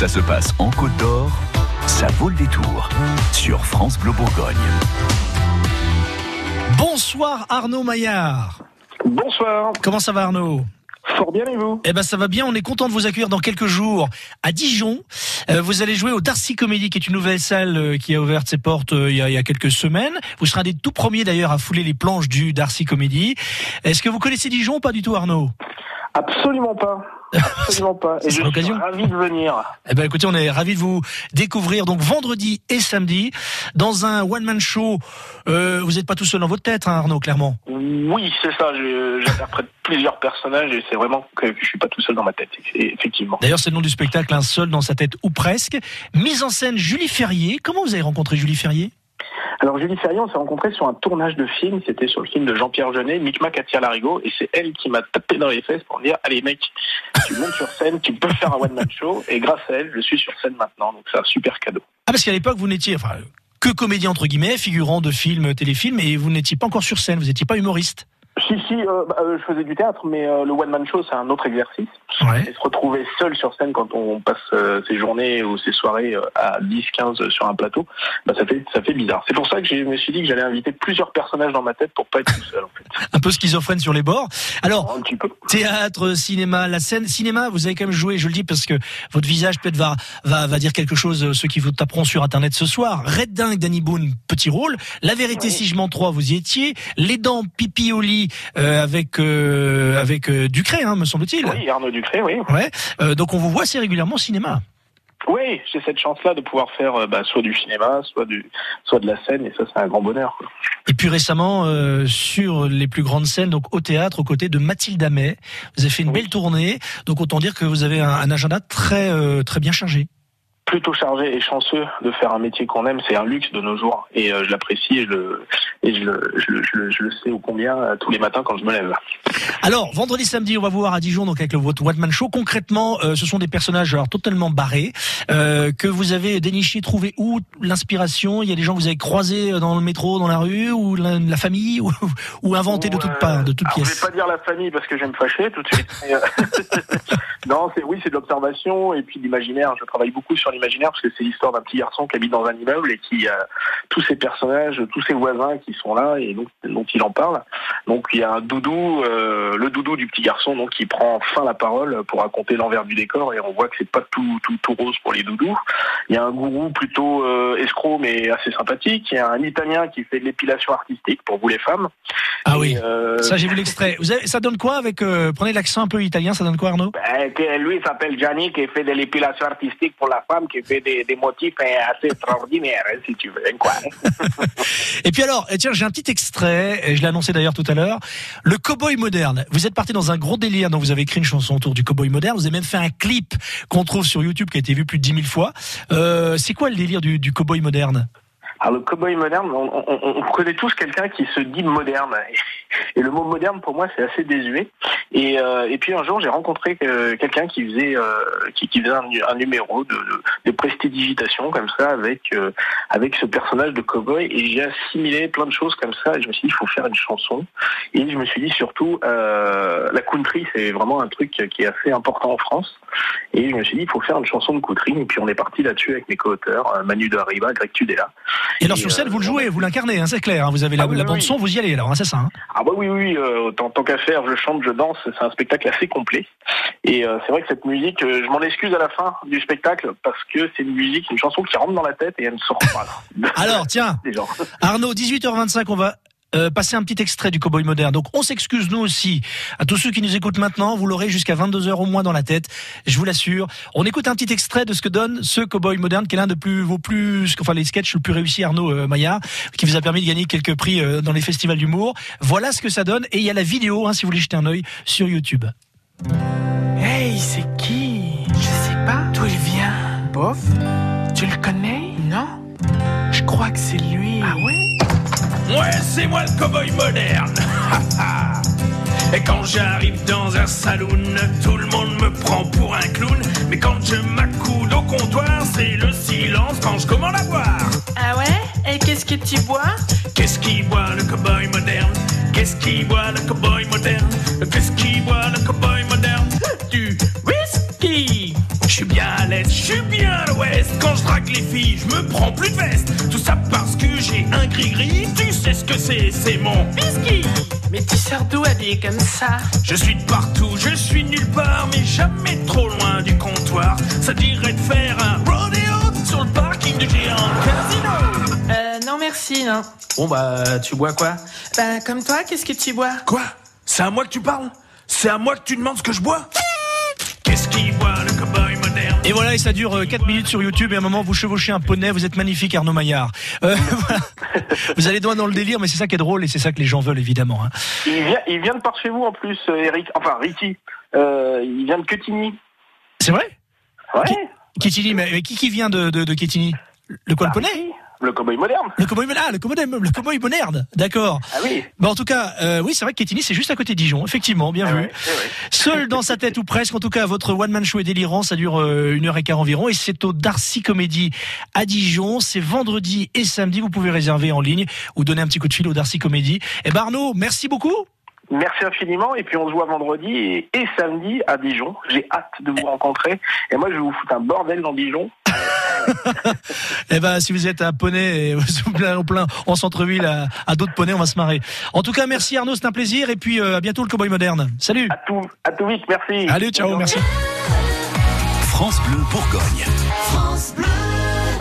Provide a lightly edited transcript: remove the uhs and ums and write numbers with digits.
Ça se passe en Côte d'Or, ça vaut le détour sur France Bleu Bourgogne. Bonsoir Arnaud Maillard. Bonsoir. Comment ça va Arnaud ? Fort bien et vous ? Eh ben ça va bien, on est content de vous accueillir dans quelques jours à Dijon. Vous allez jouer au Darcy Comedy, qui est une nouvelle salle qui a ouvert ses portes il y a quelques semaines. Vous serez un des tout premiers d'ailleurs à fouler les planches du Darcy Comedy. Est-ce que vous connaissez Dijon ou pas du tout Arnaud ? Absolument pas. Absolument pas. Et je suis ravi de venir. Eh ben, écoutez, on est ravis de vous découvrir donc vendredi et samedi dans un one-man show. Vous n'êtes pas tout seul dans votre tête, hein, Arnaud, clairement. Oui, c'est ça. J'interprète plusieurs personnages et c'est vraiment que je suis pas tout seul dans ma tête, effectivement. D'ailleurs, c'est le nom du spectacle, un seul dans sa tête ou presque. Mise en scène Julie Ferrier. Comment vous avez rencontré Julie Ferrier ? Alors Julie Ferrier, on s'est rencontrés sur un tournage de film, c'était sur le film de Jean-Pierre Jeunet, Micmac attire l'arigot, et c'est elle qui m'a tapé dans les fesses pour me dire « Allez mec, tu montes sur scène, tu peux faire un one-man show », et grâce à elle, je suis sur scène maintenant, donc c'est un super cadeau. Ah, parce qu'à l'époque, vous n'étiez que comédien entre guillemets, figurant de films, téléfilms, et vous n'étiez pas encore sur scène, vous n'étiez pas humoriste. Si, je faisais du théâtre, mais le one-man show, c'est un autre exercice. Ouais. Et se retrouver seul sur scène quand on passe ses journées ou ses soirées à 10-15 sur un plateau, ça fait bizarre. C'est pour ça que je me suis dit que j'allais inviter plusieurs personnages dans ma tête pour pas être tout seul, en fait. Un peu schizophrène sur les bords. Alors, un petit peu. Théâtre, cinéma, la scène. Cinéma, vous avez quand même joué, je le dis parce que votre visage peut-être va dire quelque chose, ceux qui vous taperont sur Internet ce soir. Red Dingue, Danny Boone, petit rôle. La vérité, si je mens 3, vous y étiez. Les dents, pipi au lit, avec Ducré, me semble-t-il. Oui, Arnaud Ducré, oui. Ouais. Donc on vous voit assez régulièrement au cinéma. Oui, j'ai cette chance-là de pouvoir faire soit du cinéma, soit de la scène, et ça c'est un grand bonheur. Et puis récemment, sur les plus grandes scènes, donc au théâtre, aux côtés de Mathilde Amet, vous avez fait une belle tournée. Donc autant dire que vous avez un agenda très bien chargé. Plutôt chargé et chanceux de faire un métier qu'on aime, c'est un luxe de nos jours, et je l'apprécie et je le sais ô combien tous les matins quand je me lève. Alors vendredi, samedi, on va vous voir à Dijon donc avec votre one man show. Concrètement, ce sont des personnages totalement barrés que vous avez déniché, trouvé où l'inspiration. Il y a des gens que vous avez croisés dans le métro, dans la rue, ou la famille, ou inventés de toutes parts, de toutes pièces. Je vais pas dire la famille parce que je vais me fâcher tout de suite. Non, c'est de l'observation et puis de l'imaginaire. Je travaille beaucoup sur l'imaginaire parce que c'est l'histoire d'un petit garçon qui habite dans un immeuble et qui a tous ses personnages, tous ses voisins qui sont là et donc dont il en parle. Donc il y a un doudou, le doudou du petit garçon donc qui prend enfin la parole pour raconter l'envers du décor et on voit que c'est pas tout rose pour les doudous. Il y a un gourou plutôt escroc mais assez sympathique. Il y a un Italien qui fait de l'épilation artistique pour vous les femmes. Ah oui, ça j'ai vu l'extrait. Ça donne quoi avec prenez l'accent un peu italien, ça donne quoi Arnaud ? Lui il s'appelle Gianni qui fait de l'épilation artistique pour la femme, qui fait des motifs assez extraordinaires, si tu veux. Quoi. Et puis alors, tiens, j'ai un petit extrait, et je l'ai annoncé d'ailleurs tout à l'heure, le cow-boy moderne. Vous êtes parti dans un gros délire, donc vous avez écrit une chanson autour du cow-boy moderne, vous avez même fait un clip qu'on trouve sur YouTube qui a été vu plus de 10 000 fois. C'est quoi le délire du cow-boy moderne ? Alors le cow-boy moderne, on connaît tous quelqu'un qui se dit moderne. Et le mot moderne, pour moi, c'est assez désuet. Et puis un jour, j'ai rencontré quelqu'un qui faisait un numéro de prestidigitation comme ça avec ce personnage de cow-boy. Et j'ai assimilé plein de choses comme ça. Et je me suis dit, il faut faire une chanson. Et je me suis dit surtout, la country, c'est vraiment un truc qui est assez important en France. Et je me suis dit, il faut faire une chanson de country. Et puis on est parti là-dessus avec mes co-auteurs, Manu de Arriba, Greg Tudela. Et alors sur scène, vous le jouez, vous l'incarnez, c'est clair. Vous avez la bande-son, vous y allez alors, c'est ça. Ah bah oui, tant qu'à faire, je chante, je danse, c'est un spectacle assez complet. Et c'est vrai que cette musique, je m'en excuse à la fin du spectacle, parce que c'est une musique, une chanson qui rentre dans la tête et elle ne sort pas. Alors tiens, Arnaud, 18h25, on va passer un petit extrait du Cowboy moderne. Donc on s'excuse nous aussi à tous ceux qui nous écoutent maintenant, vous l'aurez jusqu'à 22h au moins dans la tête, je vous l'assure. On écoute un petit extrait de ce que donne ce Cowboy moderne qui est l'un de les sketchs le plus réussi, Arnaud Maillard, qui vous a permis de gagner quelques prix dans les festivals d'humour. Voilà ce que ça donne et il y a la vidéo si vous voulez jeter un œil sur YouTube. Hey, c'est qui? Je sais pas. D'où il vient? Bof. Tu le connais? Non. Je crois que c'est lui. Ah ouais? Ouais, c'est moi le cow-boy moderne. Et quand j'arrive dans un saloon, tout le monde me prend pour un clown. Mais quand je m'accoude au comptoir, c'est le silence quand je commande à boire. Ah ouais? Et qu'est-ce que tu bois? Qu'est-ce qui boit le cow-boy moderne? Qu'est-ce qui boit le cow-boy moderne? Qu'est-ce qui boit le cow-boy moderne? Du whisky. Je suis bien à l'est, je suis bien à l'ouest. Quand je drague les filles, je me prends plus de veste. Tout ça parce que j'ai un gris-gris. Tu sais ce que c'est mon whisky. Mais tu sors d'où habillé comme ça? Je suis de partout, je suis nulle part, mais jamais trop loin du comptoir. Ça dirait de faire un rodéo sur le parking du géant casino. Non merci, non. Bon bah, tu bois quoi? Bah comme toi, qu'est-ce que tu bois? Quoi? C'est à moi que tu parles? C'est à moi que tu demandes ce que je bois? Qu'est-ce qu'il boit, le cow-boy moderne? Et voilà, et ça dure 4 minutes sur YouTube et à un moment vous chevauchez un poney, vous êtes magnifique Arnaud Maillard. Voilà. Vous allez droit dans le délire, mais c'est ça qui est drôle et c'est ça que les gens veulent évidemment. Hein. Il vient de par chez vous en plus, Eric. Enfin, Ricky. Il vient de Quetigny. C'est vrai? Ouais. Quetigny, mais qui vient de Quetigny? Le quoi, le poney? Le cow-boy moderne. Le cow-boy moderne, d'accord. Ah oui. Bon, en tout cas, oui, c'est vrai que Quetigny, c'est juste à côté de Dijon, effectivement, bien vu. Ouais. Seul dans sa tête ou presque, en tout cas, votre one-man show est délirant, ça dure 1h15 environ, et c'est au Darcy Comedy à Dijon, c'est vendredi et samedi, vous pouvez réserver en ligne, ou donner un petit coup de fil au Darcy Comedy. Eh ben Arnaud, merci beaucoup. Merci infiniment, et puis on se voit vendredi et samedi à Dijon. J'ai hâte de vous rencontrer, et moi je vais vous foutre un bordel dans Dijon. Eh ben, si vous êtes un poney et vous plein en centre-ville à d'autres poneys, on va se marrer. En tout cas, merci Arnaud, c'est un plaisir, et puis à bientôt le Cowboy Moderne. Salut. À tout vite, merci. Allez, ciao, merci. France Bleu Bourgogne. France Bleu.